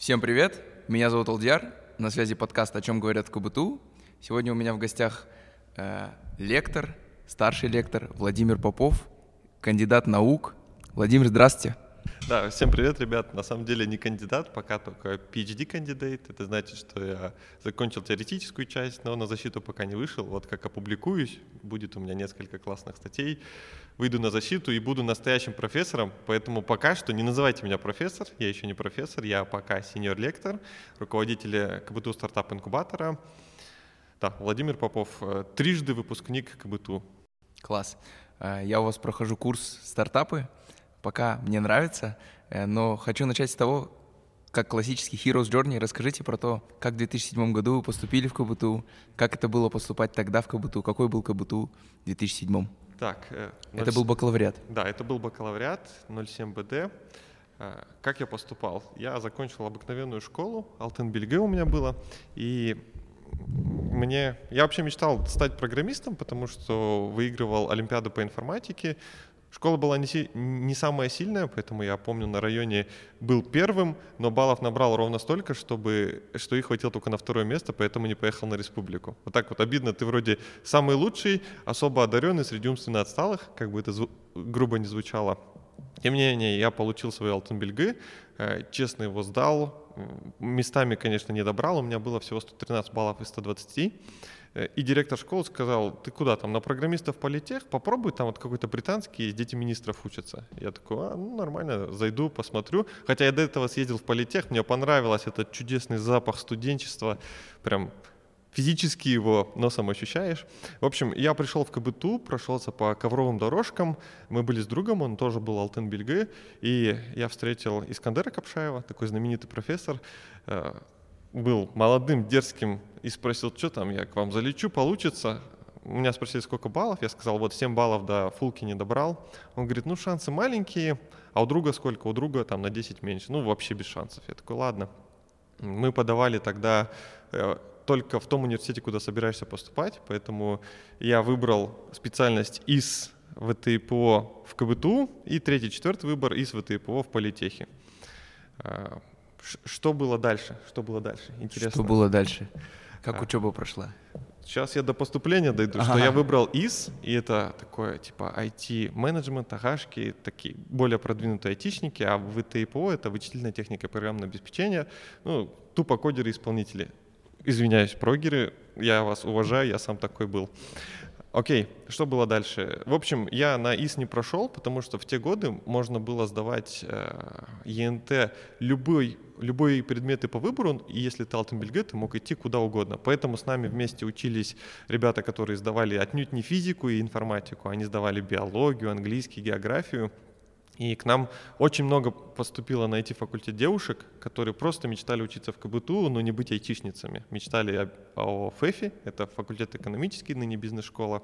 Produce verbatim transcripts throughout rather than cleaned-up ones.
Всем привет, меня зовут Алдияр, на связи подкаст «О чем говорят в КБТУ». Сегодня у меня в гостях э, лектор, старший лектор Владимир Попов, кандидат наук. Владимир, здравствуйте. Да, всем привет, ребят. На самом деле не кандидат, пока только пи эйч ди-кандидат. Это значит, что я закончил теоретическую часть, но на защиту пока не вышел. Вот как опубликуюсь, будет у меня несколько классных статей. Выйду на защиту и буду настоящим профессором, поэтому пока что не называйте меня профессор, я еще не профессор, я пока сеньор-лектор, руководитель КБТУ стартап-инкубатора. Да, Владимир Попов, трижды выпускник КБТУ. Класс. Я у вас прохожу курс стартапы, пока мне нравится, но хочу начать с того, как классический Hero's Journey. Расскажите про то, как в две тысячи седьмом году вы поступили в КБТУ, как это было поступать тогда в КБТУ, какой был КБТУ в две тысячи седьмом? Так, ноль... Это был бакалавриат. Да, это был бакалавриат, ноль семь бэ дэ. Как я поступал? Я закончил обыкновенную школу, Алтын-Бельге у меня было, и мне... Я вообще мечтал стать программистом, потому что выигрывал олимпиаду по информатике. Школа была не, си... не самая сильная, поэтому я помню, на районе был первым, но баллов набрал ровно столько, чтобы... что их хватило только на второе место, поэтому не поехал на республику. Вот так вот обидно, ты вроде самый лучший, особо одаренный среди умственно отсталых, как бы это зву... грубо не звучало. Тем не менее, я получил свой Алтын-Бельге, честно его сдал, местами, конечно, не добрал, у меня было всего сто тринадцать баллов из ста двадцати. И директор школы сказал: ты куда там, на программистов политех, попробуй, там вот какой-то британский, дети министров учатся. Я такой: а, ну нормально, зайду, посмотрю. Хотя я до этого съездил в политех, мне понравилось этот чудесный запах студенчества, прям физически его носом ощущаешь. В общем, я пришел в КБТУ, прошелся по ковровым дорожкам, мы были с другом, он тоже был Алтын-Бельге, и я встретил Искандера Капшаева, такой знаменитый профессор, был молодым, дерзким, и спросил: что там, я к вам залечу, получится? У меня спросили, сколько баллов, я сказал: вот семь баллов до фулки не добрал. Он говорит: ну шансы маленькие, а у друга сколько? У друга там на десять меньше, ну вообще без шансов. Я такой: ладно. Мы подавали тогда э, только в том университете, куда собираешься поступать, поэтому я выбрал специальность из ВТИПО в КБТУ и третий, четвертый выбор из ВТИПО в политехе. Что было дальше? Что было дальше? Интересно. Что было дальше? Как а. учеба прошла? Сейчас я до поступления дойду, ага. Что я выбрал ИС, и это такое типа ай ти-менеджмент, агашки, такие более продвинутые айтишники, а в ВТИПО это вычислительная техника и программное обеспечение, ну, тупо кодеры-исполнители. Извиняюсь, прогеры, я вас уважаю, я сам такой был. Окей, что было дальше? В общем, я на ИС не прошел, потому что в те годы можно было сдавать э, ЕНТ любой, любой предметы по выбору, и если ты Алтын-Бельге, ты мог идти куда угодно. Поэтому с нами вместе учились ребята, которые сдавали отнюдь не физику и информатику, они сдавали биологию, английский, географию. И к нам очень много поступило на ай ти-факультет девушек, которые просто мечтали учиться в КБТУ, но не быть айтишницами. Мечтали о, о ФЭФе, это факультет экономический, ныне бизнес-школа.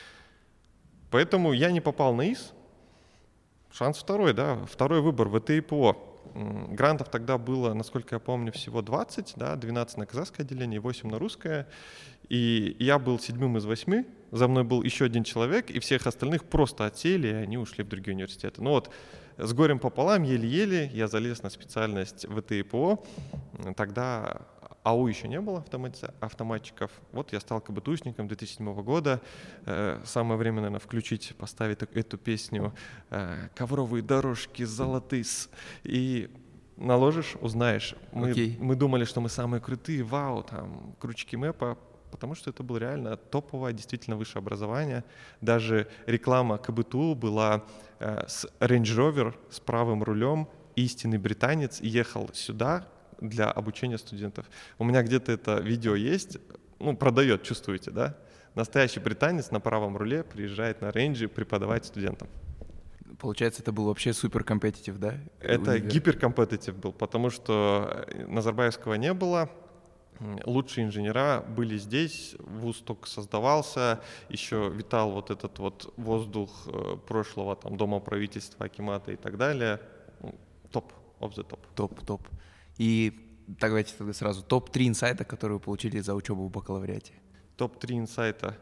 Поэтому я не попал на ИС. Шанс второй, да, второй выбор ВТИПО. Грантов тогда было, насколько я помню, всего двадцать, да, двенадцать на казахское отделение, восемь на русское. И я был седьмым из восьми, за мной был еще один человек, и всех остальных просто отсеяли, и они ушли в другие университеты. Ну вот, с горем пополам, еле-еле, я залез на специальность ВТИПО. Тогда АУ еще не было, автоматчиков. Вот я стал КБТУшником две тысячи седьмого года. Самое время, наверное, включить, поставить эту песню «Ковровые дорожки золотые». И наложишь, узнаешь. Мы, okay. мы думали, что мы самые крутые, вау, там, крючки мэпа, потому что это было реально топовое, действительно высшее образование. Даже реклама КБТУ была э, с Range Rover, с правым рулем, истинный британец, ехал сюда для обучения студентов. У меня где-то это видео есть, ну, продает, чувствуете, да? Настоящий британец на правом руле приезжает на рейнджи преподавать студентам. Получается, это был вообще супер компетитив, да? Это гиперкомпетитив был, потому что Назарбаевского не было, лучшие инженера были здесь, вуз только создавался, еще витал вот этот вот воздух прошлого там дома правительства, акимата и так далее. Топ, of the top. Топ, топ. И так давайте тогда сразу топ три инсайта, которые вы получили за учебу в бакалавриате. топ три инсайта.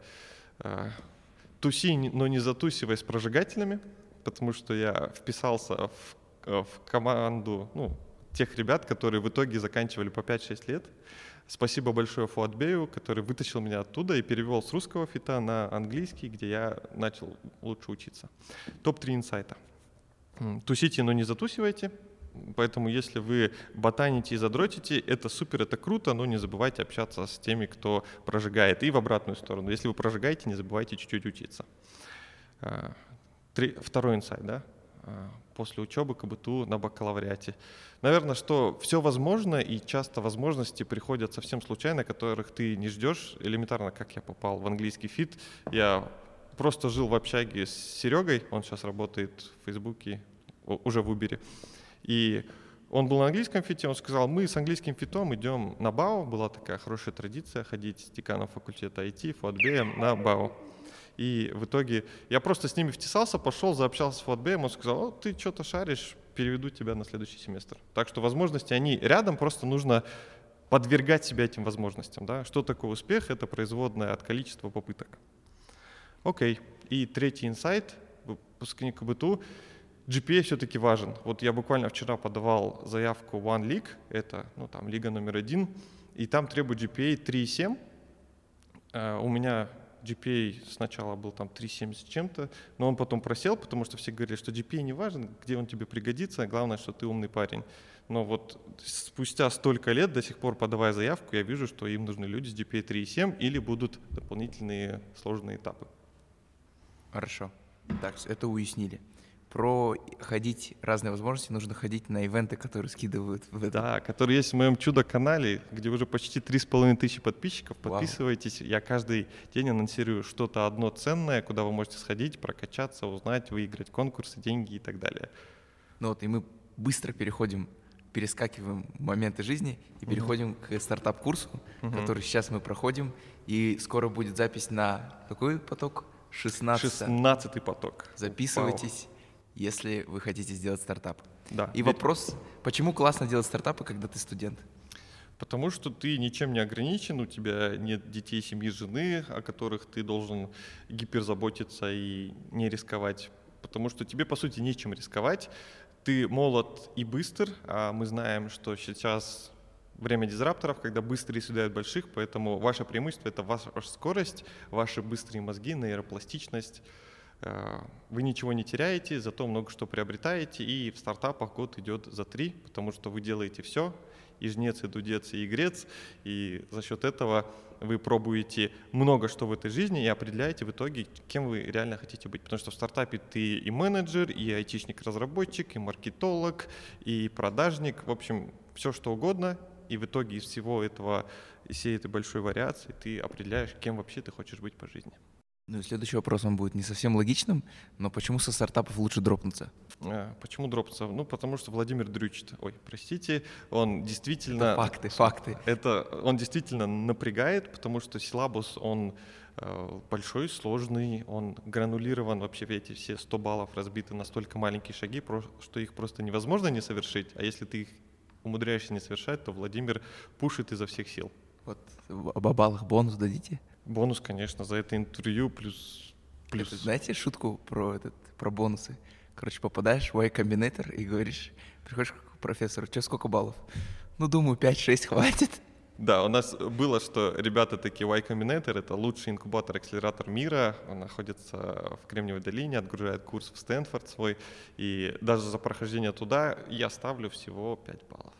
Туси, но не затусивай с прожигателями, потому что я вписался в, в команду, ну, тех ребят, которые в итоге заканчивали по пять-шесть лет. Спасибо большое Фуатбею, который вытащил меня оттуда и перевел с русского фита на английский, где я начал лучше учиться. топ три инсайта. Тусите, но не затусивайте. Поэтому если вы ботаните и задротите, это супер, это круто, но не забывайте общаться с теми, кто прожигает. И в обратную сторону. Если вы прожигаете, не забывайте чуть-чуть учиться. Три, второй инсайт, да? После учебы КБТУ на бакалавриате. Наверное, что все возможно, и часто возможности приходят совсем случайно, которых ты не ждешь. Элементарно, как я попал в английский фит. Я просто жил в общаге с Серегой, он сейчас работает в Фейсбуке, уже в Uber. И он был на английском фите, он сказал, мы с английским фитом идем на БАУ. Была такая хорошая традиция ходить с деканом факультета ай ти, Фуатбеем на БАУ. И в итоге я просто с ними втесался, пошел, заобщался с Фуатбеем, он сказал, о, ты что-то шаришь, переведу тебя на следующий семестр. Так что возможности, они рядом, просто нужно подвергать себя этим возможностям. Да? Что такое успех? Это производное от количества попыток. Окей. И третий инсайт, выпускник КБТУ, джи пи эй все-таки важен. Вот я буквально вчера подавал заявку в One League, это ну, там, лига номер один, и там требуют джи пи эй три и семь. Uh, у меня джи пи эй сначала был там три семь с чем-то, но он потом просел, потому что все говорили, что джи пи эй не важен, где он тебе пригодится, главное, что ты умный парень. Но вот спустя столько лет, до сих пор подавая заявку, я вижу, что им нужны люди с джи пи эй три и семь или будут дополнительные сложные этапы. Хорошо. Так, это уяснили. Про ходить разные возможности нужно ходить на ивенты, которые скидывают в это. Да, которые есть в моем чудо-канале, где уже почти три с половиной тысячи подписчиков. Подписывайтесь. Вау. Я каждый день анонсирую что-то одно ценное, куда вы можете сходить, прокачаться, узнать, выиграть конкурсы, деньги и так далее. Ну вот, и мы быстро переходим, перескакиваем моменты жизни и переходим uh-huh. к стартап-курсу, uh-huh. который сейчас мы проходим. И скоро будет запись на какой поток? шестнадцатый. шестнадцатый поток. Записывайтесь. Вау. Если вы хотите сделать стартап. Да. И Ведь... вопрос, почему классно делать стартапы, когда ты студент? Потому что ты ничем не ограничен, у тебя нет детей, семьи, жены, о которых ты должен гиперзаботиться и не рисковать. Потому что тебе, по сути, нечем рисковать. Ты молод и быстр, а мы знаем, что сейчас время дизрапторов, когда быстрые съедают больших, поэтому ваше преимущество — это ваша скорость, ваши быстрые мозги, нейропластичность. Вы ничего не теряете, зато много что приобретаете, и в стартапах год идет за три, потому что вы делаете все, и жнец, и дудец, и игрец, и за счет этого вы пробуете много что в этой жизни и определяете в итоге, кем вы реально хотите быть. Потому что в стартапе ты и менеджер, и айтишник-разработчик, и маркетолог, и продажник, в общем, все что угодно, и в итоге из всего этого, из всей этой большой вариации ты определяешь, кем вообще ты хочешь быть по жизни. Ну и следующий вопрос, он будет не совсем логичным, но почему со стартапов лучше дропнуться? А, почему дропнуться? Ну, потому что Владимир дрючит. Ой, простите, он действительно... Это факты, факты. Это, он действительно напрягает, потому что силабус, он э, большой, сложный, он гранулирован, вообще эти все сто баллов разбиты на столько маленькие шаги, что их просто невозможно не совершить, а если ты их умудряешься не совершать, то Владимир пушит изо всех сил. Вот об баллах бонус дадите? Бонус, конечно, за это интервью плюс... плюс... Это, знаете шутку про, этот, про бонусы? Короче, попадаешь в Y Combinator и говоришь, приходишь к профессору, что, сколько баллов? Ну, думаю, пять-шесть хватит. Да, у нас было, что ребята такие, Y Combinator — это лучший инкубатор-акселератор мира, он находится в Кремниевой долине, отгружает курс в Стэнфорд свой, и даже за прохождение туда я ставлю всего пять баллов.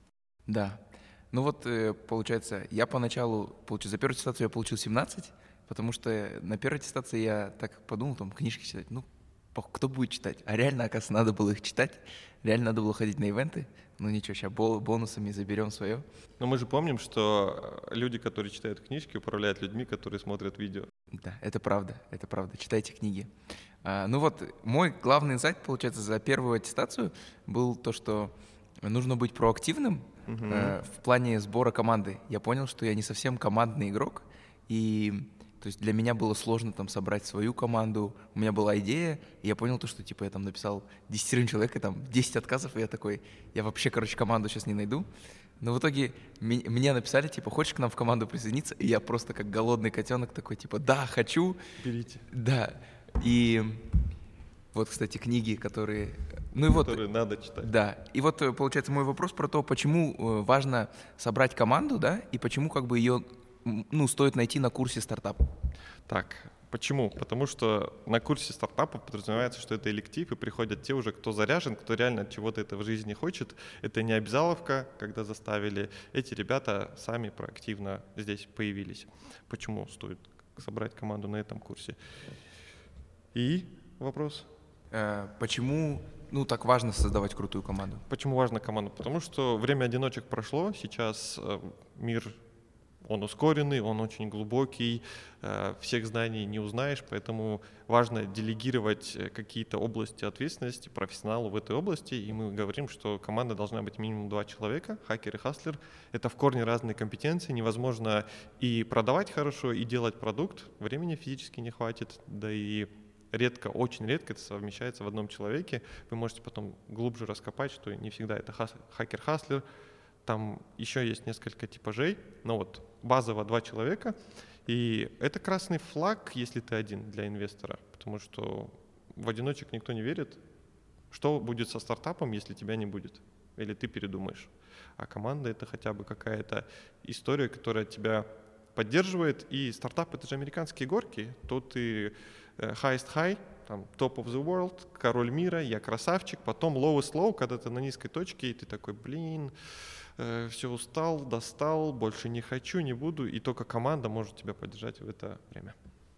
Да. Ну вот, получается, я поначалу, получил, за первую аттестацию я получил семнадцать, потому что на первой аттестации я так подумал, там, книжки читать, ну, кто будет читать? А реально, оказывается, надо было их читать, реально надо было ходить на ивенты, ну ничего, сейчас бонусами заберем свое. Но мы же помним, что люди, которые читают книжки, управляют людьми, которые смотрят видео. Да, это правда, это правда, читайте книги. А, ну вот, мой главный инсайт, получается, за первую аттестацию был то, что нужно быть проактивным, Uh-huh. э, в плане сбора команды. Я понял, что я не совсем командный игрок, и то есть для меня было сложно там собрать свою команду. У меня была идея, и я понял то, что типа я там написал десятерым человек, и там десять отказов, и я такой, я вообще, короче, команду сейчас не найду. Но в итоге ми- мне написали, типа, хочешь к нам в команду присоединиться? И я просто как голодный котенок такой, типа, да, хочу. Берите. Да. И вот, кстати, книги, которые Ну и вот, которые надо читать. Да, и вот получается мой вопрос про то, почему важно собрать команду, да, и почему как бы ее, ну, стоит найти на курсе стартап. Так, почему? Потому что на курсе стартапа подразумевается, что это электив, и приходят те уже, кто заряжен, кто реально чего-то это в жизни хочет. Это не обязаловка, когда заставили. Эти ребята сами проактивно здесь появились. Почему стоит собрать команду на этом курсе? И вопрос? Э, почему, ну, так важно создавать крутую команду? Почему важна команда? Потому что время одиночек прошло, сейчас э, мир, он ускоренный, он очень глубокий, э, всех знаний не узнаешь, поэтому важно делегировать какие-то области ответственности профессионалу в этой области, и мы говорим, что команда должна быть минимум два человека, хакер и хаслер. Это в корне разные компетенции, невозможно и продавать хорошо, и делать продукт, времени физически не хватит, да и редко, очень редко это совмещается в одном человеке. Вы можете потом глубже раскопать, что не всегда это хакер-хаслер. Там еще есть несколько типажей, но вот базово два человека. И это красный флаг, если ты один для инвестора, потому что в одиночек никто не верит. Что будет со стартапом, если тебя не будет? Или ты передумаешь? А команда — это хотя бы какая-то история, которая тебя поддерживает. И стартап — это же американские горки. Тут ты highest high, там, top of the world, король мира, я красавчик, потом lowest low, когда ты на низкой точке, и ты такой, блин, э, все устал, достал, больше не хочу, не буду, и только команда может тебя поддержать в это время.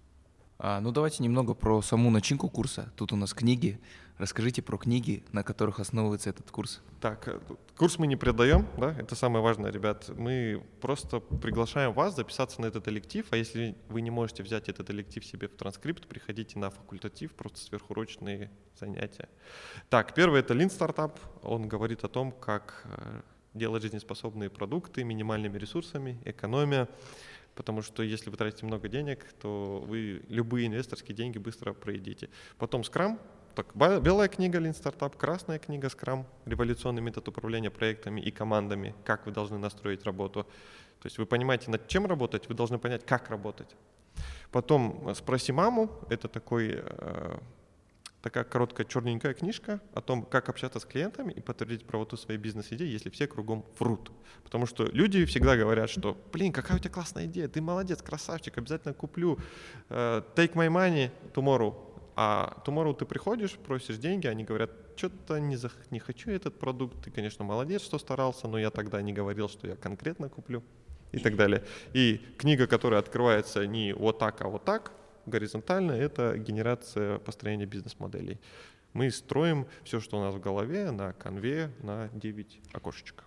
А, ну давайте немного про саму начинку курса. Тут у нас книги. Расскажите про книги, на которых основывается этот курс. Так, курс мы не продаем, да, это самое важное, ребят. Мы просто приглашаем вас записаться на этот электив, а если вы не можете взять этот электив себе в транскрипт, приходите на факультатив, просто сверхурочные занятия. Так, первый — это Lean Startup. Он говорит о том, как делать жизнеспособные продукты минимальными ресурсами, экономия. Потому что если вы тратите много денег, то вы любые инвесторские деньги быстро проедите. Потом Scrum. Так, белая книга Lean Startup, красная книга Scrum, революционный метод управления проектами и командами, как вы должны настроить работу. То есть вы понимаете, над чем работать, вы должны понять, как работать. Потом «Спроси маму» — это такой, э, такая короткая черненькая книжка о том, как общаться с клиентами и подтвердить правоту своей бизнес-идеи, если все кругом врут. Потому что люди всегда говорят, что «блин, какая у тебя классная идея, ты молодец, красавчик, обязательно куплю, uh, take my money tomorrow». А tomorrow ты приходишь, просишь деньги, они говорят, что-то не, зах- не хочу этот продукт, ты, конечно, молодец, что старался, но я тогда не говорил, что я конкретно куплю и так далее. И книга, которая открывается не вот так, а вот так, горизонтально, это генерация построения бизнес-моделей. Мы строим все, что у нас в голове, на конве, на девять окошечек.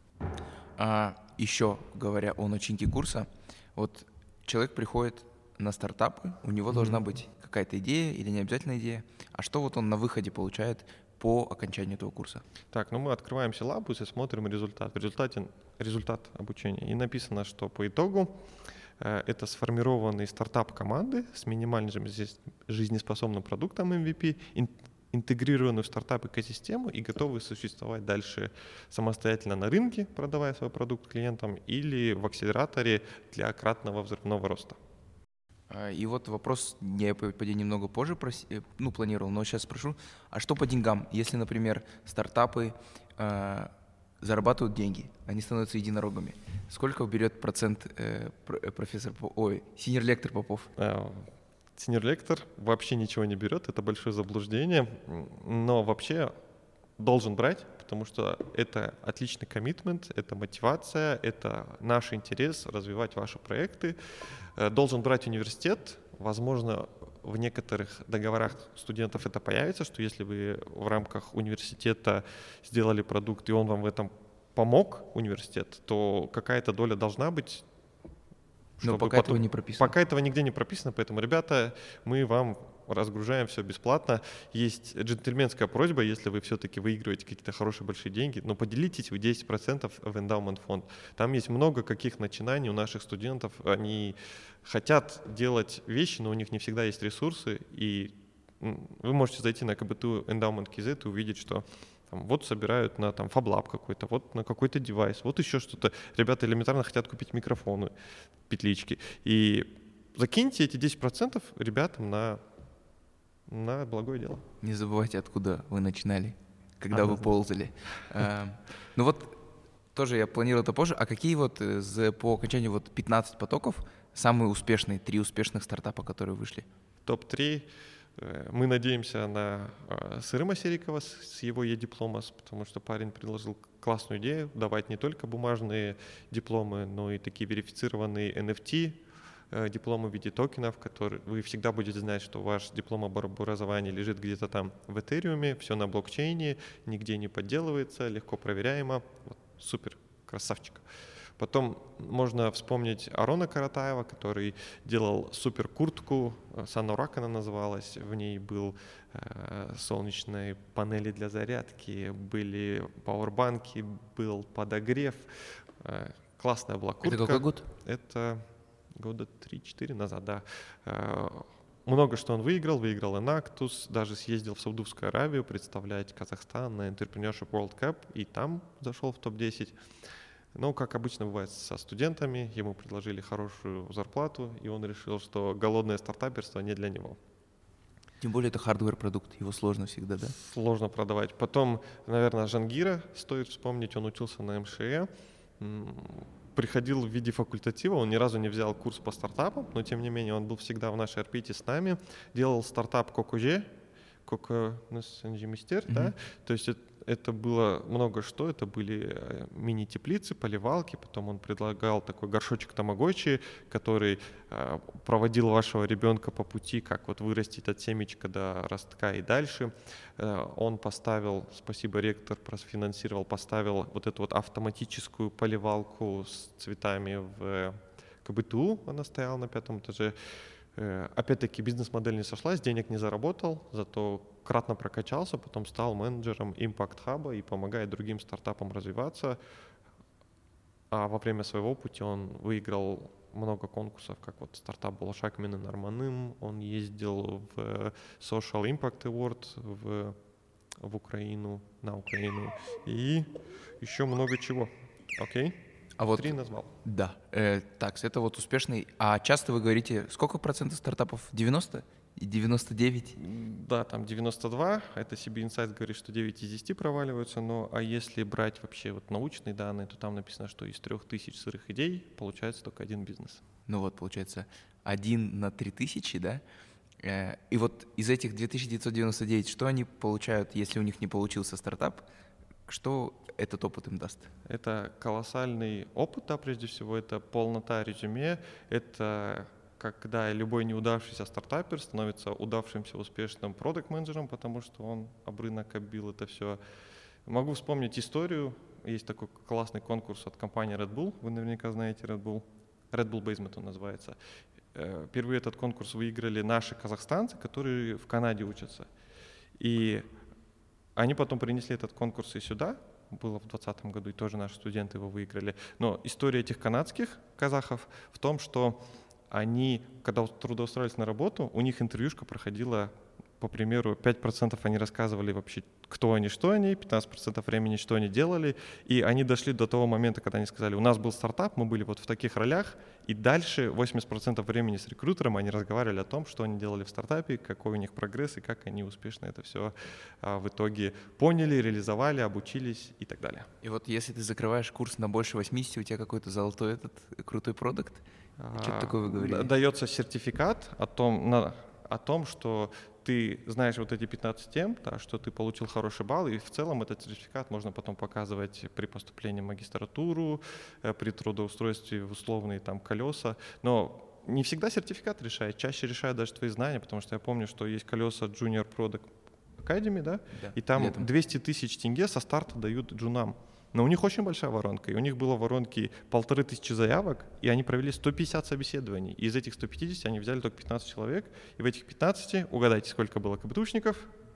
А еще говоря о начинке курса, вот человек приходит на стартапы, у него mm-hmm. должна быть какая-то идея или не обязательно идея. А что вот он на выходе получает по окончанию этого курса? Так, ну мы открываем силабус и смотрим результат. В результате результат обучения. И написано, что по итогу э, это сформированный стартап команды с минимальным жизнеспособным продуктом эм ви пи, ин, интегрированную в стартап экосистему и готовы существовать дальше самостоятельно на рынке, продавая свой продукт клиентам, или в акселераторе для кратного взрывного роста. И вот вопрос, я по идее немного позже проси, ну, планировал, но сейчас спрошу, а что по деньгам? Если, например, стартапы э, зарабатывают деньги, они становятся единорогами, сколько берет процент э, профессор, ой, синьор-лектор Попов? Синьор-лектор вообще ничего не берет, это большое заблуждение, но вообще должен брать, потому что это отличный коммитмент, это мотивация, это наш интерес развивать ваши проекты. Должен брать университет, возможно, в некоторых договорах студентов это появится, что если вы в рамках университета сделали продукт, и он вам в этом помог, университет, то какая-то доля должна быть. Но пока потом... этого не прописано. Пока этого нигде не прописано, поэтому, ребята, мы вам разгружаем все бесплатно. Есть джентльменская просьба, если вы все-таки выигрываете какие-то хорошие большие деньги, но поделитесь вы десять процентов в эндаумент фонд. Там есть много каких начинаний у наших студентов. Они хотят делать вещи, но у них не всегда есть ресурсы. И вы можете зайти на ка бэ тэ у Endowment точка кей зет и увидеть, что там, вот собирают на там FabLab какой-то, вот на какой-то девайс, вот еще что-то. Ребята элементарно хотят купить микрофоны, петлички. И закиньте эти десять процентов ребятам на, на благое дело. Не забывайте, откуда вы начинали. когда вы ползали. Э, Ну вот тоже я планирую это позже. А какие вот э, за- по окончанию вот пятнадцать потоков самые успешные, три успешных стартапа, которые вышли? топ три. Э, Мы надеемся на э, Сырыма Серикова с с его e-дипломас, потому что парень предложил классную идею давать не только бумажные дипломы, но и такие верифицированные эн эф ти э, дипломы в виде токенов, которые вы всегда будете знать, что ваш диплом об образовании лежит где-то там в Этериуме, все на блокчейне, нигде не подделывается, легко проверяемо. Вот, супер, красавчик. Потом можно вспомнить Арона Каратаева, который делал супер куртку, Санурак она называлась, в ней был э, солнечные панели для зарядки, были пауэрбанки, был подогрев. Э, классная была куртка. Это какой год? Это года три-четыре назад, да. Э, много что он выиграл, выиграл Enactus, даже съездил в Саудовскую Аравию представлять Казахстан на Entrepreneurship World Cup, и там зашел в топ десять. Но, как обычно бывает со студентами, ему предложили хорошую зарплату, и он решил, что голодное стартаперство не для него. Тем более это хардвер-продукт, его сложно всегда, да? Сложно продавать. Потом, наверное, Жангира стоит вспомнить, он учился на эм ша э, м, приходил в виде факультатива, он ни разу не взял курс по стартапам, но тем не менее он был всегда в нашей орбите с нами, делал стартап Кокуже, Коко Мистер, mm-hmm. да, то есть это, это было много что, это были мини-теплицы, поливалки, потом он предлагал такой горшочек тамагочи, который э, проводил вашего ребенка по пути, как вот вырастить от семечка до ростка и дальше. Э, он поставил, спасибо, ректор просфинансировал, поставил вот эту вот автоматическую поливалку с цветами в ка бэ тэ у, она стояла на пятом этаже. Опять-таки бизнес-модель не сошлась, денег не заработал, зато кратно прокачался, потом стал менеджером Impact Hub и помогает другим стартапам развиваться. А во время своего пути он выиграл много конкурсов, как вот стартап Болашак Менен Арманым, он ездил в Social Impact Award в, в Украину, на Украину и еще много чего. Окей? Okay? А вот, Три назвал. Да. Э, так, это вот успешный. А часто вы говорите, сколько процентов стартапов? девяносто? И девяносто девять? Да, там девяносто два. Это си би Insights говорит, что девять из десяти проваливаются. Но а если брать вообще вот научные данные, то там написано, что из трех тысяч сырых идей получается только один бизнес. Ну вот, получается, один на три тысячи, да? Э, и вот из этих две тысячи девятьсот девяносто девять, что они получают, если у них не получился стартап? Что этот опыт им даст? Это колоссальный опыт, да, прежде всего, это полнота резюме, это когда любой неудавшийся стартапер становится удавшимся успешным продакт-менеджером, потому что он об рынок оббил это все. Могу вспомнить историю, есть такой классный конкурс от компании Red Bull, вы наверняка знаете Red Bull, Red Bull Basement он называется. Впервые этот конкурс выиграли наши казахстанцы, которые в Канаде учатся. И они потом принесли этот конкурс и сюда, было в двадцатом году, и тоже наши студенты его выиграли. Но история этих канадских казахов в том, что они, когда трудоустроились на работу, у них интервьюшка проходила, по примеру, пять процентов они рассказывали вообще, кто они, что они, пятнадцать процентов времени, что они делали, и они дошли до того момента, когда они сказали, у нас был стартап, мы были вот в таких ролях, и дальше восемьдесят процентов времени с рекрутером они разговаривали о том, что они делали в стартапе, какой у них прогресс, и как они успешно это все а, в итоге поняли, реализовали, обучились и так далее. И вот если ты закрываешь курс на больше восьмидесяти, у тебя какой-то золотой этот крутой продукт, а, что-то такое вы говорили? Дается сертификат о том, на, о том, что ты знаешь вот эти пятнадцать тем, да, что ты получил хороший балл, и в целом этот сертификат можно потом показывать при поступлении в магистратуру, при трудоустройстве в условные там колеса, но не всегда сертификат решает, чаще решают даже твои знания, потому что я помню, что есть колеса Junior Product Academy, да, да и там летом. двести тысяч тенге со старта дают джунам. Но у них очень большая воронка, и у них было воронки полторы тысячи заявок, и они провели сто пятьдесят собеседований. И из этих ста пятидесяти они взяли только пятнадцать человек, и в этих пятнадцати, угадайте, сколько было КБТУшников?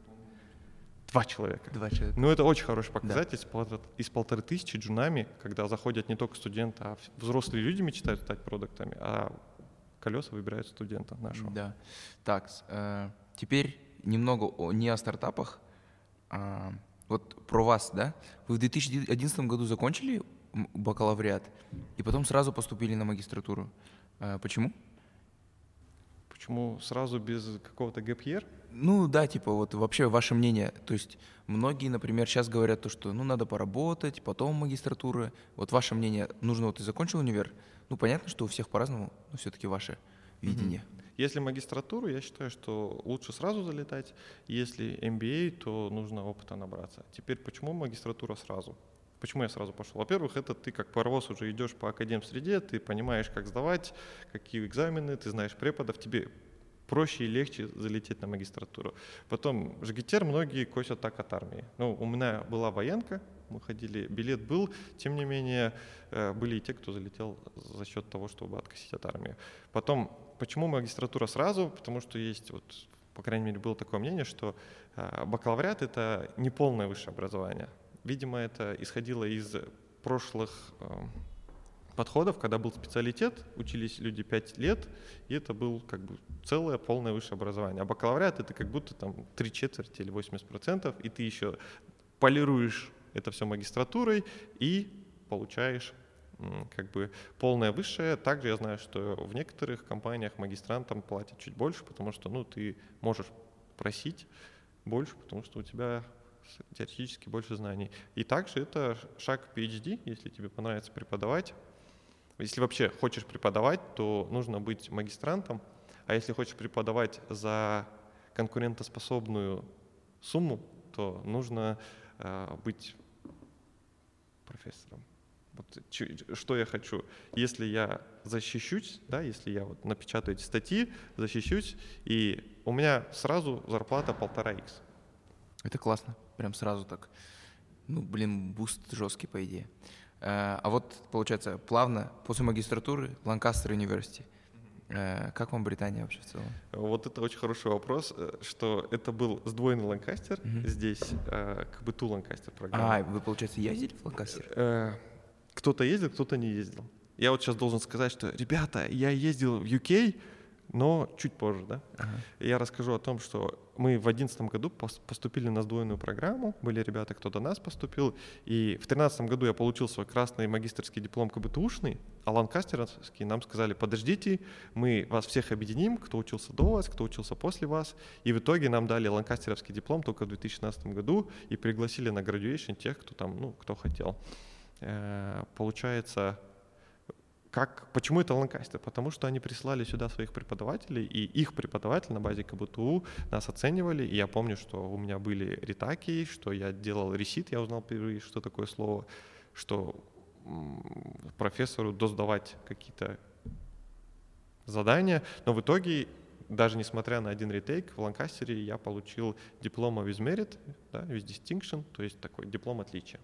Два человека. Два человека. Ну, это очень хороший показатель. Да. Из полторы тысячи джунами, когда заходят не только студенты, а взрослые люди мечтают стать продуктами, а колеса выбирают студента нашего. Да. Так, э, теперь немного о, не о стартапах, а вот про вас, да? Вы в две тысячи одиннадцатом году закончили бакалавриат и потом сразу поступили на магистратуру. А почему? Почему сразу без какого-то gap year? Ну да, типа вот вообще ваше мнение. То есть многие, например, сейчас говорят то, что ну надо поработать, потом магистратура. Вот ваше мнение, нужно вот ты закончил универ? Ну понятно, что у всех по-разному, но все-таки ваше видение. Мгм. Если магистратуру, я считаю, что лучше сразу залетать. Если эм би эй, то нужно опыта набраться. Теперь почему магистратура сразу? Почему я сразу пошел? Во-первых, это ты как паровоз уже идешь по академ-среде, ты понимаешь, как сдавать, какие экзамены, ты знаешь преподов, тебе проще и легче залететь на магистратуру. Потом ЖГТР многие косят так от армии. Ну, у меня была военка, мы ходили, билет был, тем не менее э, были и те, кто залетел за счет того, чтобы откосить от армии. Потом, почему магистратура сразу? Потому что есть, вот, по крайней мере, было такое мнение, что э, бакалавриат — это не полное высшее образование. Видимо, это исходило из прошлых э, подходов, когда был специалитет, учились люди пять лет, и это был как бы целое полное высшее образование. А бакалавриат — это как будто там три четверти или восемьдесят процентов, и ты еще полируешь это все магистратурой и получаешь м, как бы полное высшее. Также я знаю, что в некоторых компаниях магистрантам платят чуть больше, потому что ну, ты можешь просить больше, потому что у тебя теоретически больше знаний. И также это шаг к пи эйч ди, если тебе понравится преподавать. Если вообще хочешь преподавать, то нужно быть магистрантом, а если хочешь преподавать за конкурентоспособную сумму, то нужно э, быть профессором. Вот, ч- что я хочу? Если я защищусь, да, если я вот напечатаю эти статьи, защищусь, и у меня сразу зарплата полтора икс. Это классно, прям сразу так. Ну, блин, буст жесткий, по идее. Э, А вот, получается, плавно, после магистратуры, Ланкастер университет. Э, Как вам Британия вообще в целом? Вот это очень хороший вопрос, э, что это был сдвоенный Ланкастер, Мгм. здесь э, как бы ту Ланкастер программа. А, вы, получается, ездили в Ланкастер? Э, Кто-то ездил, кто-то не ездил. Я вот сейчас должен сказать, что, ребята, я ездил в ю кей, но чуть позже, да. Ага. Я расскажу о том, что мы в две тысячи одиннадцатом году пос- поступили на сдвоенную программу, были ребята, кто до нас поступил, и в две тысячи тринадцатом году я получил свой красный магистерский диплом КБТУшный, а ланкастерский нам сказали: подождите, мы вас всех объединим, кто учился до вас, кто учился после вас, и в итоге нам дали ланкастеровский диплом только в две тысячи шестнадцатом году и пригласили на graduation тех, кто там, ну, кто хотел. Э, Получается, как, почему это Ланкастер? Потому что они прислали сюда своих преподавателей, и их преподаватели на базе КБТУ нас оценивали. И я помню, что у меня были ретаки, что я делал ресит, я узнал впервые, что такое слово, что м, профессору досдавать какие-то задания. Но в итоге, даже несмотря на один ретейк, в Ланкастере я получил диплом with merit, да, with distinction, то есть такой диплом отличия.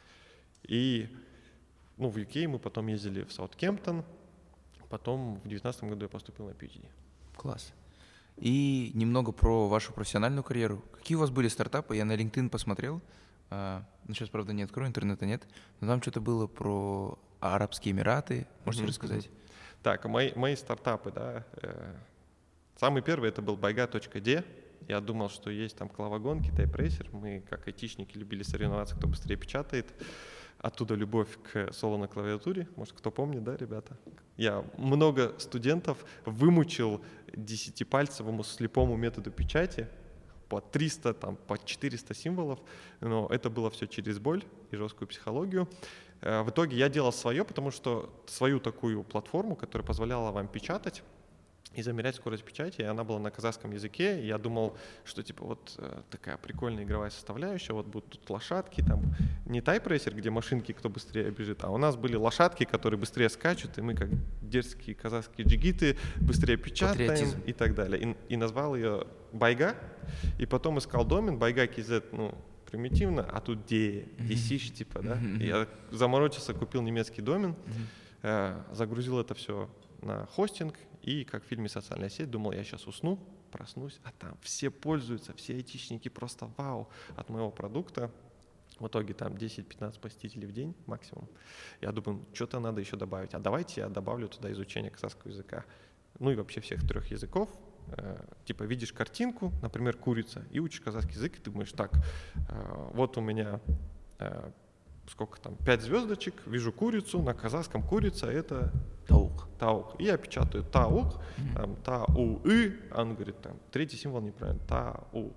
И ну, в ю кей мы потом ездили в Саутгемптон, потом в две тысячи девятнадцатом году я поступил на пи эйч ди. Класс. И немного про вашу профессиональную карьеру. Какие у вас были стартапы? Я на LinkedIn посмотрел. А, ну, сейчас, правда, не открою, интернета нет. Но там что-то было про Арабские Эмираты. Можете Мгм, рассказать? мгм. Так, мои, мои стартапы, да. э, Самый первый это был байга точка ди. Я думал, что есть там клавагон, китай-прессер. Мы, как айтишники, любили соревноваться, кто быстрее печатает. Оттуда любовь к соло на клавиатуре. Может, кто помнит, да, ребята? Я много студентов вымучил десятипальцевому слепому методу печати по триста, там, по четыреста символов, но это было все через боль и жесткую психологию. Э, В итоге я делал свое, потому что свою такую платформу, которая позволяла вам печатать и замерять скорость печати, и она была на казахском языке, и я думал, что типа вот э, такая прикольная игровая составляющая, вот будут тут лошадки, там не тайпрейсер, где машинки, кто быстрее бежит, а у нас были лошадки, которые быстрее скачут, и мы как дерзкие казахские джигиты быстрее печатаем Патриотизм. и так далее. И, и назвал ее Байга, и потом искал домен, байга точка кз, ну, примитивно, а тут де, десиш, типа, да. Мгм. Я заморочился, купил немецкий домен, Мгм. э, загрузил это все на хостинг, и как в фильме «Социальная сеть» думал, я сейчас усну, проснусь, а там все пользуются, все айтишники просто вау от моего продукта. В итоге там десять-пятнадцать посетителей в день максимум. Я думаю, что-то надо еще добавить. А давайте я добавлю туда изучение казахского языка. Ну и вообще всех трех языков. Э, типа видишь картинку, например, курица, и учишь казахский язык, и ты думаешь, так, э, вот у меня э, сколько там, пять звездочек, вижу курицу, на казахском курица — это Таук. таук. И я печатаю таук, Mm-hmm. там, тау-ы, а он говорит, там, третий символ неправильно, тау.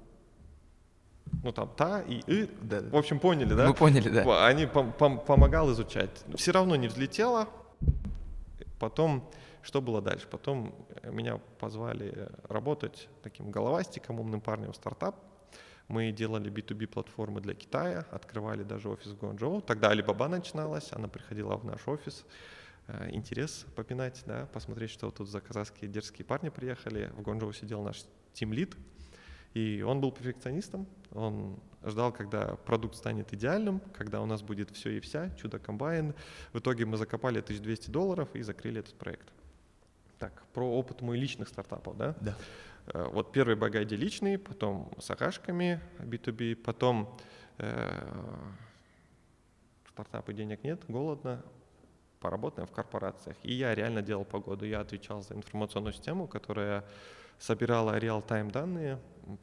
Ну там та и и, да, да. В общем, поняли, да? Мы поняли, да. Они пом- пом- помогал изучать. Все равно не взлетело. Потом, что было дальше? Потом меня позвали работать таким головастиком, умным парнем в стартап. Мы делали би ту би платформы для Китая, открывали даже офис в Гуанчжоу. Тогда Alibaba начиналась, она приходила в наш офис. Интерес попинать, да, посмотреть, что тут за казахские дерзкие парни приехали. В Гуанчжоу сидел наш тимлид. И он был перфекционистом, он ждал, когда продукт станет идеальным, когда у нас будет все и вся, чудо-комбайн. В итоге мы закопали тысячу двести долларов и закрыли этот проект. Так, про опыт мой личных стартапов, да? Да. Вот первый Багайди личный, потом с агашками би ту би, потом э, стартапы денег нет, голодно, поработаем в корпорациях. И я реально делал погоду, я отвечал за информационную систему, которая собирала реал-тайм данные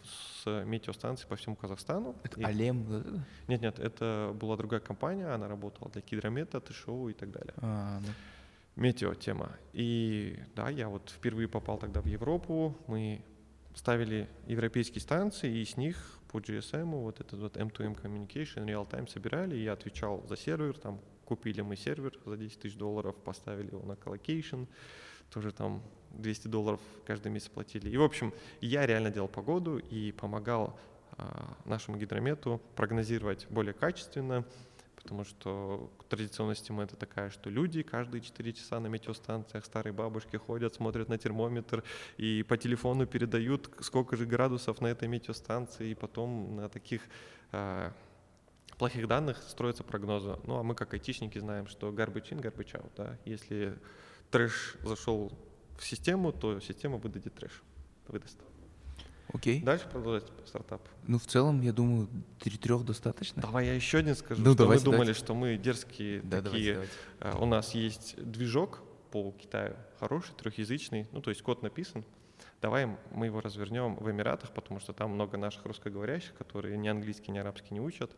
с метеостанций по всему Казахстану. Это и... Алем? Нет, нет, это была другая компания, она работала для Гидромета, ТШО и так далее. А, ну. Метеотема. И да, я вот впервые попал тогда в Европу, мы ставили европейские станции, и с них по джи эс эм вот этот вот эм ту эм Communication, real-time собирали, и я отвечал за сервер, там купили мы сервер за десять тысяч долларов, поставили его на коллокейшн, тоже там двести долларов каждый месяц платили. И, в общем, я реально делал погоду и помогал а, нашему гидромету прогнозировать более качественно, потому что традиционная система — это такая, что люди каждые четыре часа на метеостанциях, старые бабушки ходят, смотрят на термометр и по телефону передают, сколько же градусов на этой метеостанции, и потом на таких а, плохих данных строятся прогнозы. Ну, а мы, как айтишники, знаем, что garbage in, garbage out, да? Если трэш зашел в систему, то система выдадет трэш, выдаст. Окей. Дальше продолжать стартап. Ну, в целом, я думаю, трех достаточно. Давай я еще один скажу, ну, что давайте, мы думали, давайте. что мы дерзкие да, такие. Давайте, давайте. У нас есть движок по Китаю, хороший, трехязычный, ну, то есть код написан. Давай мы его развернем в Эмиратах, потому что там много наших русскоговорящих, которые ни английский, ни арабский не учат.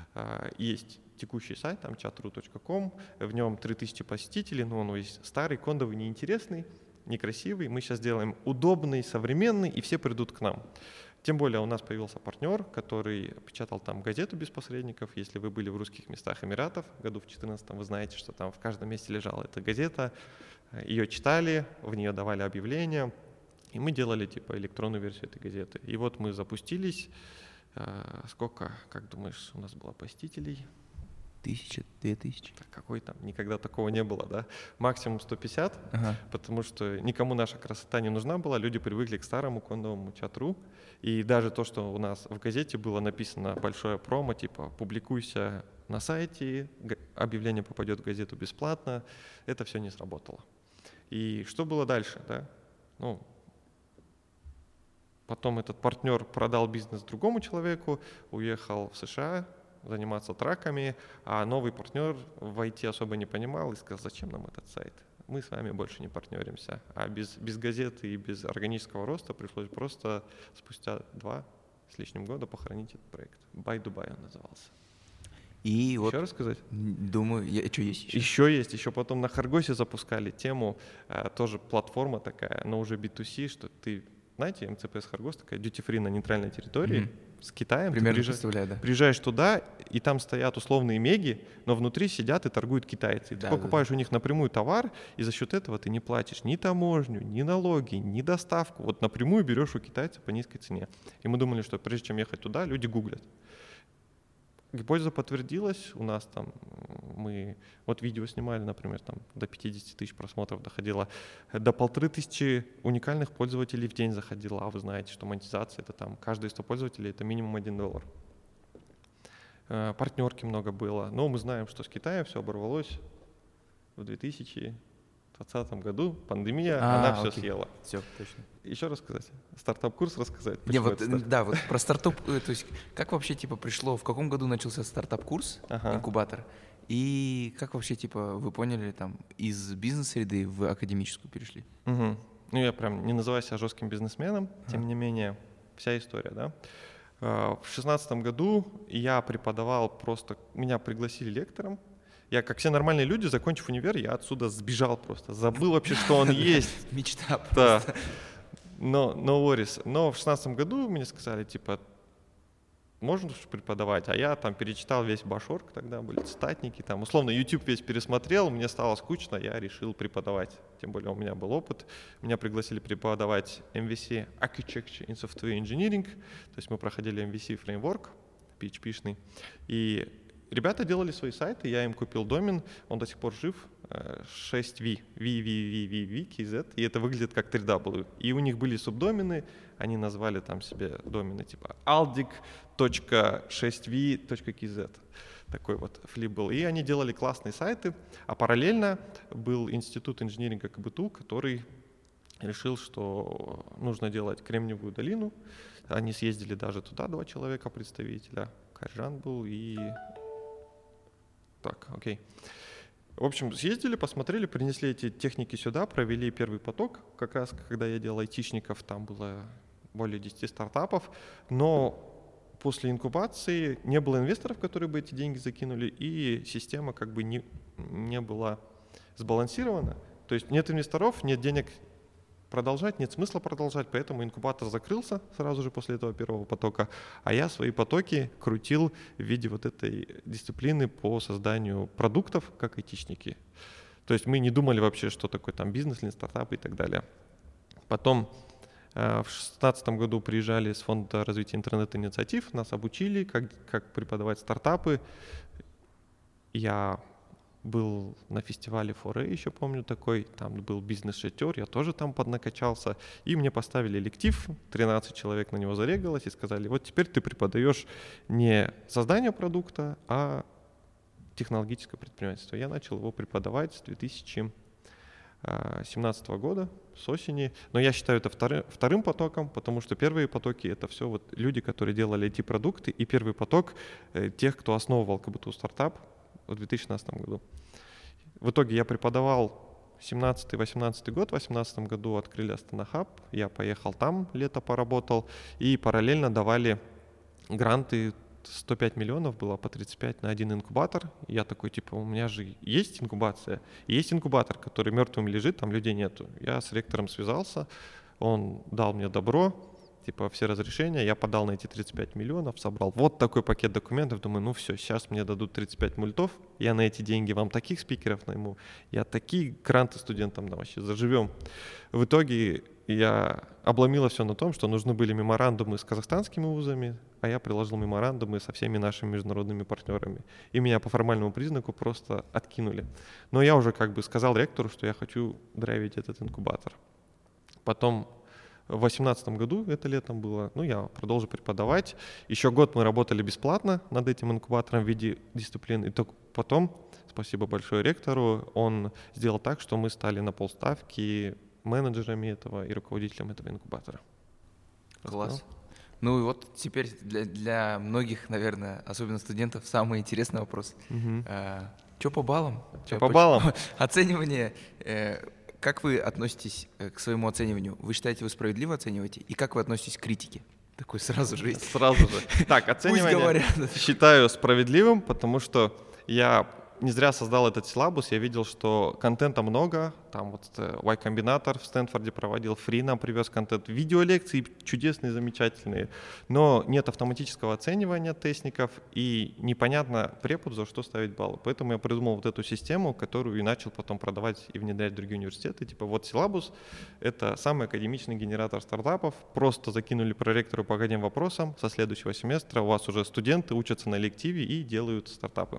Есть текущий сайт, там чат точка ру точка ком, в нем три тысячи посетителей, но он весь старый, кондовый, неинтересный, некрасивый. Мы сейчас делаем удобный, современный, и все придут к нам. Тем более у нас появился партнер, который печатал там газету без посредников. Если вы были в русских местах Эмиратов, году в две тысячи четырнадцатом, вы знаете, что там в каждом месте лежала эта газета. Ее читали, в нее давали объявления, и мы делали типа электронную версию этой газеты. И вот мы запустились. Сколько, как думаешь, у нас было посетителей? Тысяча, две тысячи. Какой там? Никогда такого не было, да? Максимум сто пятьдесят, ага. потому что никому наша красота не нужна была. Люди привыкли к старому кондовому чат точка ру. И даже то, что у нас в газете было написано большое промо, типа «публикуйся на сайте, объявление попадет в газету бесплатно», это все не сработало. И что было дальше, да? Ну, потом этот партнер продал бизнес другому человеку, уехал в США заниматься траками, а новый партнер в ай ти особо не понимал и сказал: зачем нам этот сайт? Мы с вами больше не партнеримся. А без, без газеты и без органического роста пришлось просто спустя два с лишним года похоронить этот проект. By Dubai он назывался. И еще вот, рассказать? Думаю, я, что есть еще? Еще есть. Еще потом на Харгосе запускали тему, а, тоже платформа такая, но уже би ту си, что ты, знаете, эм цэ пэ эс Харгос такая duty-free на нейтральной территории, mm-hmm. с Китаем. Примерно ты приезжаешь, представляю, да. Приезжаешь туда, и там стоят условные меги, но внутри сидят и торгуют китайцы. И да, ты покупаешь да, да. у них напрямую товар, и за счет этого ты не платишь ни таможню, ни налоги, ни доставку. Вот напрямую берешь у китайца по низкой цене. И мы думали, что прежде чем ехать туда, люди гуглят. Гипотеза подтвердилась, у нас там мы вот видео снимали, например, там до пятьдесят тысяч просмотров доходило, до полторы тысячи уникальных пользователей в день заходило, а вы знаете, что монетизация — это там каждые сто пользователей — это минимум один доллар. Партнерки много было, но мы знаем, что с Китаем все оборвалось в две тысячи двадцатом году, пандемия, а, она все окей. съела. Все, точно. Еще рассказать? Стартап-курс рассказать? Не, вот, да, вот про стартап, то есть как вообще типа пришло, в каком году начался стартап-курс, ага. инкубатор, и как вообще типа вы поняли там из бизнес-среды в академическую перешли? Угу. Ну я прям не называю себя жестким бизнесменом, ага. тем не менее вся история, да. В шестнадцатом году я преподавал просто, меня пригласили лектором. Я, как все нормальные люди, закончив универ, я отсюда сбежал просто, забыл вообще, что он есть. Мечта Да. просто. Но, no worries. Но в шестнадцатом году мне сказали, типа, можно преподавать, а я там перечитал весь Башорг, тогда были цитатники, там условно YouTube весь пересмотрел, мне стало скучно, я решил преподавать, тем более у меня был опыт. Меня пригласили преподавать эм ви си Architecture in Software Engineering, то есть мы проходили эм ви си фреймворк, пи эйч пи-шный, и ребята делали свои сайты, я им купил домен, он до сих пор жив, шесть ви, ви ви ви ви ви кей зет, и это выглядит как три дабл ю. И у них были субдомены, они назвали там себе домены типа aldic точка шесть ви точка кей зет. Такой вот флип был. И они делали классные сайты, а параллельно был институт инжиниринга ка бэ тэ у, который решил, что нужно делать Кремниевую долину. Они съездили даже туда, два человека представителя. Каржан был и... Так, окей. В общем, съездили, посмотрели, принесли эти техники сюда, провели первый поток. Как раз, когда я делал айтишников, там было более десяти стартапов. Но после инкубации не было инвесторов, которые бы эти деньги закинули, и система как бы не, не была сбалансирована. То есть нет инвесторов, нет денег продолжать, нет смысла продолжать, поэтому инкубатор закрылся сразу же после этого первого потока, а я свои потоки крутил в виде вот этой дисциплины по созданию продуктов, как айтишники. То есть мы не думали вообще, что такое там бизнес или стартап и так далее. Потом в две тысячи шестнадцатом году приезжали с фонда развития интернет-инициатив, нас обучили, как, как преподавать стартапы. Я был на фестивале фор эй, еще помню такой, там был бизнес-шатер, я тоже там поднакачался, и мне поставили электив, тринадцать человек на него зарегалось и сказали, вот теперь ты преподаешь не создание продукта, а технологическое предпринимательство. Я начал его преподавать с две тысячи семнадцатого года, с осени, но я считаю это вторым, вторым потоком, потому что первые потоки — это все вот люди, которые делали ай ти-продукты, и первый поток э, тех, кто основывал ка бэ тэ у стартап в две тысячи шестнадцатом году. В итоге я преподавал семнадцатый-восемнадцатый год, в две тысячи восемнадцатом году открыли Астана Хаб, я поехал там, лето поработал, и параллельно давали гранты, сто пять миллионов было по тридцать пять на один инкубатор. Я такой, типа, у меня же есть инкубация, и есть инкубатор, который мертвым лежит, там людей нету. Я с ректором связался, он дал мне добро, типа все разрешения, я подал на эти тридцать пять миллионов, собрал вот такой пакет документов, думаю, ну все, сейчас мне дадут тридцать пять мультов, я на эти деньги вам таких спикеров найму, я такие гранты студентам дам, вообще заживем. В итоге я обломила все на том, что нужны были меморандумы с казахстанскими вузами, а я приложил меморандумы со всеми нашими международными партнерами. И меня по формальному признаку просто откинули. Но я уже как бы сказал ректору, что я хочу драйвить этот инкубатор. Потом в две тысячи восемнадцатом году, это летом было, ну, я продолжу преподавать. Еще год мы работали бесплатно над этим инкубатором в виде дисциплин. И только потом, спасибо большое ректору, он сделал так, что мы стали на полставки менеджерами этого и руководителем этого инкубатора. Класс. Рассказал? Ну и вот теперь для, для многих, наверное, особенно студентов, самый интересный вопрос. Угу. А, что по баллам? Что по баллам? Оценивание. Э, как вы относитесь к своему оцениванию? Вы считаете, вы справедливо оцениваете? И как вы относитесь к критике? Такой сразу же есть. Сразу же. Так, оценивание считаю справедливым, потому что я не зря создал этот силабус, я видел, что контента много, там вот Y-комбинатор в Стэнфорде проводил, Фри нам привез контент, видеолекции чудесные, замечательные, но нет автоматического оценивания тестников и непонятно преподу, за что ставить баллы. Поэтому я придумал вот эту систему, которую и начал потом продавать и внедрять в другие университеты. Типа вот силабус — это самый академичный генератор стартапов, просто закинули проректору по академ вопросам, со следующего семестра у вас уже студенты учатся на элективе и делают стартапы.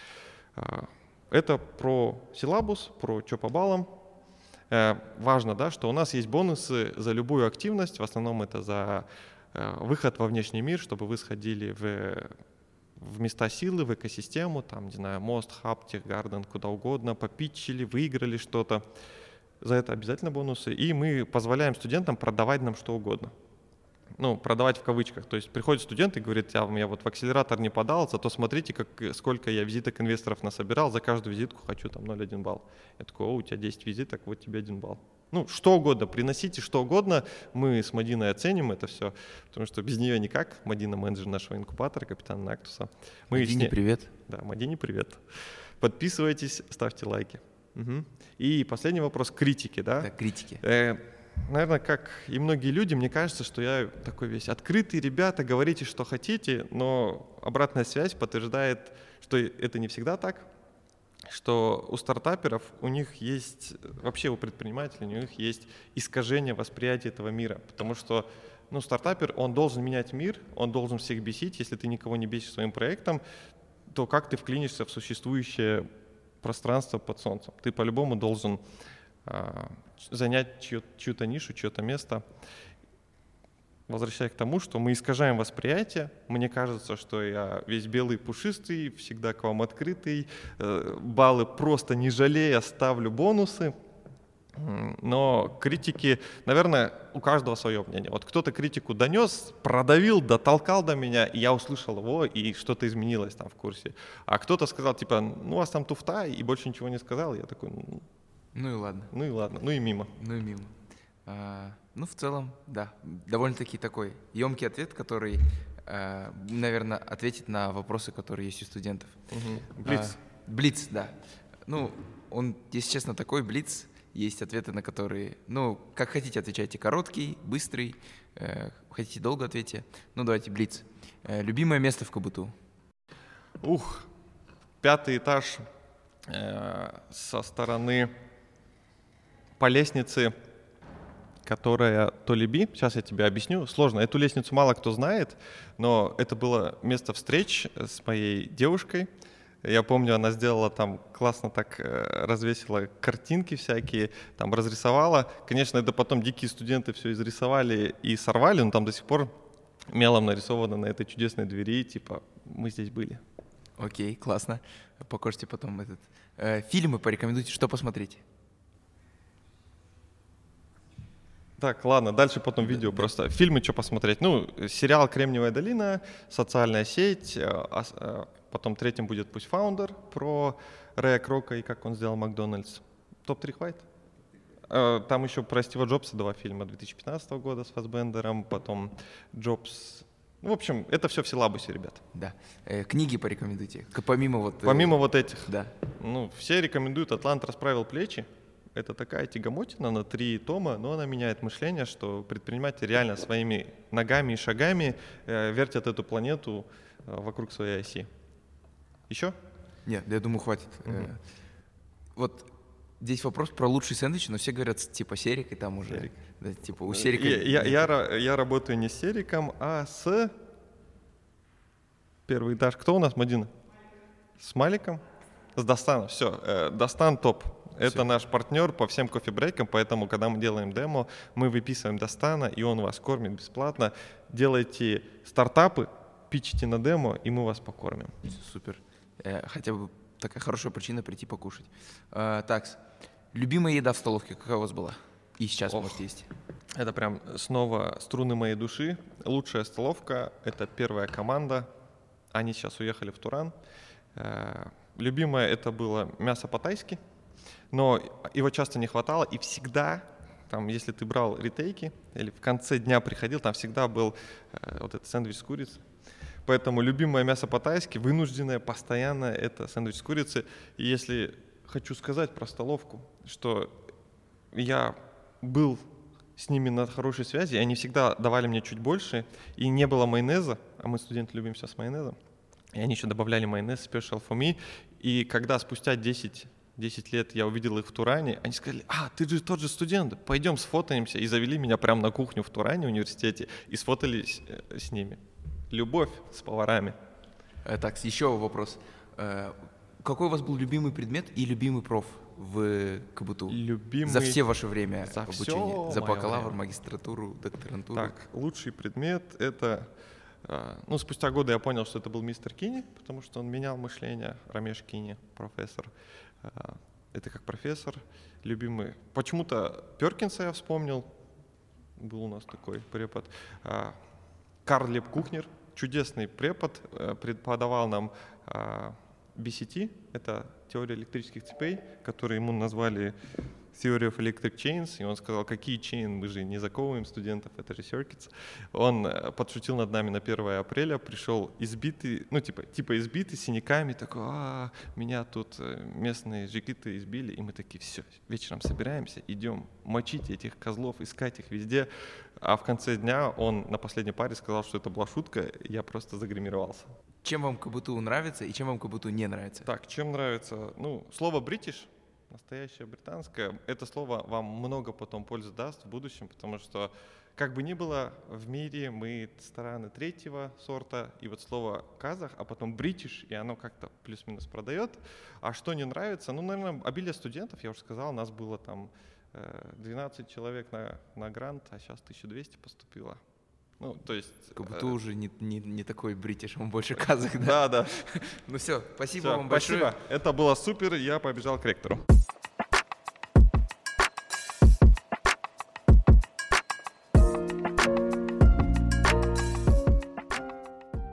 Это про силабус, про что по баллам. Важно, да, что у нас есть бонусы за любую активность. В основном это за выход во внешний мир, чтобы вы сходили в, в места силы, в экосистему, там, не знаю, Мост, Хаб, Техгарден, куда угодно, попитчили, выиграли что-то. За это обязательно бонусы. И мы позволяем студентам продавать нам что угодно. Ну, продавать в кавычках. То есть приходит студент и говорит, я, я вот в акселератор не подал, зато смотрите, как, сколько я визиток инвесторов насобирал, за каждую визитку хочу там ноль целых один балл. Я такой, о, у тебя десять визиток, вот тебе один балл. Ну, что угодно, приносите что угодно, мы с Мадиной оценим это все, потому что без нее никак. Мадина — менеджер нашего инкубатора, капитан Нактуса. Мы Мадине ней... привет. Да, Мадине привет. Подписывайтесь, ставьте лайки. Угу. И последний вопрос — критики, да? Да, критики. Э, наверное, как и многие люди, мне кажется, что я такой весь открытый, ребята, говорите, что хотите, но обратная связь подтверждает, что это не всегда так, что у стартаперов, у них есть, вообще у предпринимателей, у них есть искажение восприятия этого мира, потому что ну, стартапер, он должен менять мир, он должен всех бесить. Если ты никого не бесишь своим проектом, то как ты вклинишься в существующее пространство под солнцем? Ты по-любому должен а, занять чью- чью-то нишу, чье-то место. Возвращаясь к тому, что мы искажаем восприятие. Мне кажется, что я весь белый, пушистый, всегда к вам открытый, э, баллы просто не жалея, ставлю бонусы. Но критики, наверное, у каждого свое мнение. Вот кто-то критику донес, продавил, дотолкал до меня, и я услышал его, и что-то изменилось там в курсе. А кто-то сказал, типа, ну у вас там туфта, и больше ничего не сказал. Я такой, ну, Ну и ладно. ну и ладно, ну и мимо. Ну и мимо. А, ну, в целом, да, довольно-таки такой емкий ответ, который, а, наверное, ответит на вопросы, которые есть у студентов. Угу. Блиц. А, блиц, да. Ну, он, если честно, такой блиц. Есть ответы, на которые, ну, как хотите, отвечайте. Короткий, быстрый, э, хотите долго ответьте. Ну, давайте блиц. Э, любимое место в КБТУ? Ух, пятый этаж э, со стороны по лестнице, которая Толеби. Сейчас я тебе объясню. Сложно. Эту лестницу мало кто знает, но это было место встреч с моей девушкой. Я помню, она сделала там классно так, э, развесила картинки всякие, там разрисовала. Конечно, это потом дикие студенты все изрисовали и сорвали, но там до сих пор мелом нарисовано на этой чудесной двери, типа, мы здесь были. Окей, классно. Покажите потом этот. Э, фильмы порекомендуйте, что посмотреть? Так, ладно, дальше потом видео да. просто. Фильмы что посмотреть? Ну, сериал «Кремниевая долина», «Социальная сеть», а, а, потом третьим будет «Пусть фаундер» про Рэя Крока и как он сделал Макдональдс. топ три хватит? А, там еще про Стива Джобса два фильма две тысячи пятнадцатого года с Фассбендером, потом Джобс. Ну, в общем, это все в силабусе, ребят. Да. Э, книги порекомендуйте. К- Помимо вот... э, Помимо вот этих. Да. Ну, все рекомендуют «Атлант расправил плечи». Это такая тягомотина на три тома, но она меняет мышление, что предприниматели реально своими ногами и шагами э, вертят эту планету э, вокруг своей оси. Еще? Нет, я думаю, хватит. Угу. Э, вот здесь вопрос про лучший сэндвич, но все говорят, типа, Серик, и там уже... Серик. Да, типа, у Серика... Я, я, я, ра- я работаю не с Сериком, а с... Первый этаж. Кто у нас, Мадина? С Маликом? С Достаном. Все, э, Достан топ. Это Всё. наш партнер по всем кофе-брейкам, поэтому, когда мы делаем демо, мы выписываем Достана, и он вас кормит бесплатно. Делайте стартапы, питчите на демо, и мы вас покормим. Супер. Э, хотя бы такая хорошая причина прийти покушать. Э, так, любимая еда в столовке какая у вас была? И сейчас, Ох. может, есть. Это прям снова струны моей души. Лучшая столовка — это первая команда. Они сейчас уехали в Туран. Э, любимое — это было мясо по-тайски. Но его часто не хватало, и всегда, там, если ты брал ретейки или в конце дня приходил, там всегда был э, вот этот сэндвич с курицей. Поэтому любимое мясо по-тайски, вынужденное, постоянно, это сэндвич с курицей. И если хочу сказать про столовку, что я был с ними на хорошей связи, они всегда давали мне чуть больше, и не было майонеза, а мы, студенты, любим сейчас майонезом, и они еще добавляли майонез special for me, и когда спустя десять лет я увидел их в Туране, они сказали: а, ты же тот же студент, пойдем сфотаемся, и завели меня прямо на кухню в Туране университете, и сфотались э, с ними. Любовь с поварами. Э, так, еще вопрос. Э, какой у вас был любимый предмет и любимый проф в КБТУ? Любимый... За все ваше время За обучения? все За мое бакалавр, время. магистратуру, докторантуру? Так, лучший предмет — это... Ну, спустя годы я понял, что это был мистер Кини, потому что он менял мышление. Рамеш Кини, профессор. Это как профессор, любимый. Почему-то Перкинса я вспомнил. Был у нас такой препод. Карл Леб Кухнер, чудесный препод, преподавал нам би си ти, это теория электрических цепей, которую ему назвали Theory of Electric Chains, и он сказал, какие chain, мы же не заковываем студентов, это же circuits. Он подшутил над нами на первое апреля, пришел избитый, ну типа, типа избитый, с синяками, такой, а, меня тут местные жигиты избили, и мы такие, все, вечером собираемся, идем мочить этих козлов, искать их везде. А в конце дня он на последней паре сказал, что это была шутка, я просто загримировался. Чем вам КБТУ нравится и чем вам КБТУ не нравится? Так, чем нравится? Ну, слово «бритиш», настоящее британское, это слово вам много потом пользы даст в будущем, потому что, как бы ни было, в мире мы страны третьего сорта, и вот слово «казах», а потом «бритиш», и оно как-то плюс-минус продает. А что не нравится? Ну, наверное, обилие студентов, я уже сказал, нас было там двенадцать человек на, на грант, а сейчас тысяча двести поступило. Ну, то есть... КБТУ э... уже не, не, не такой бритиш, он больше казах, Да, да? да. Ну все, спасибо Все, вам спасибо. большое. Это было супер, я побежал к ректору.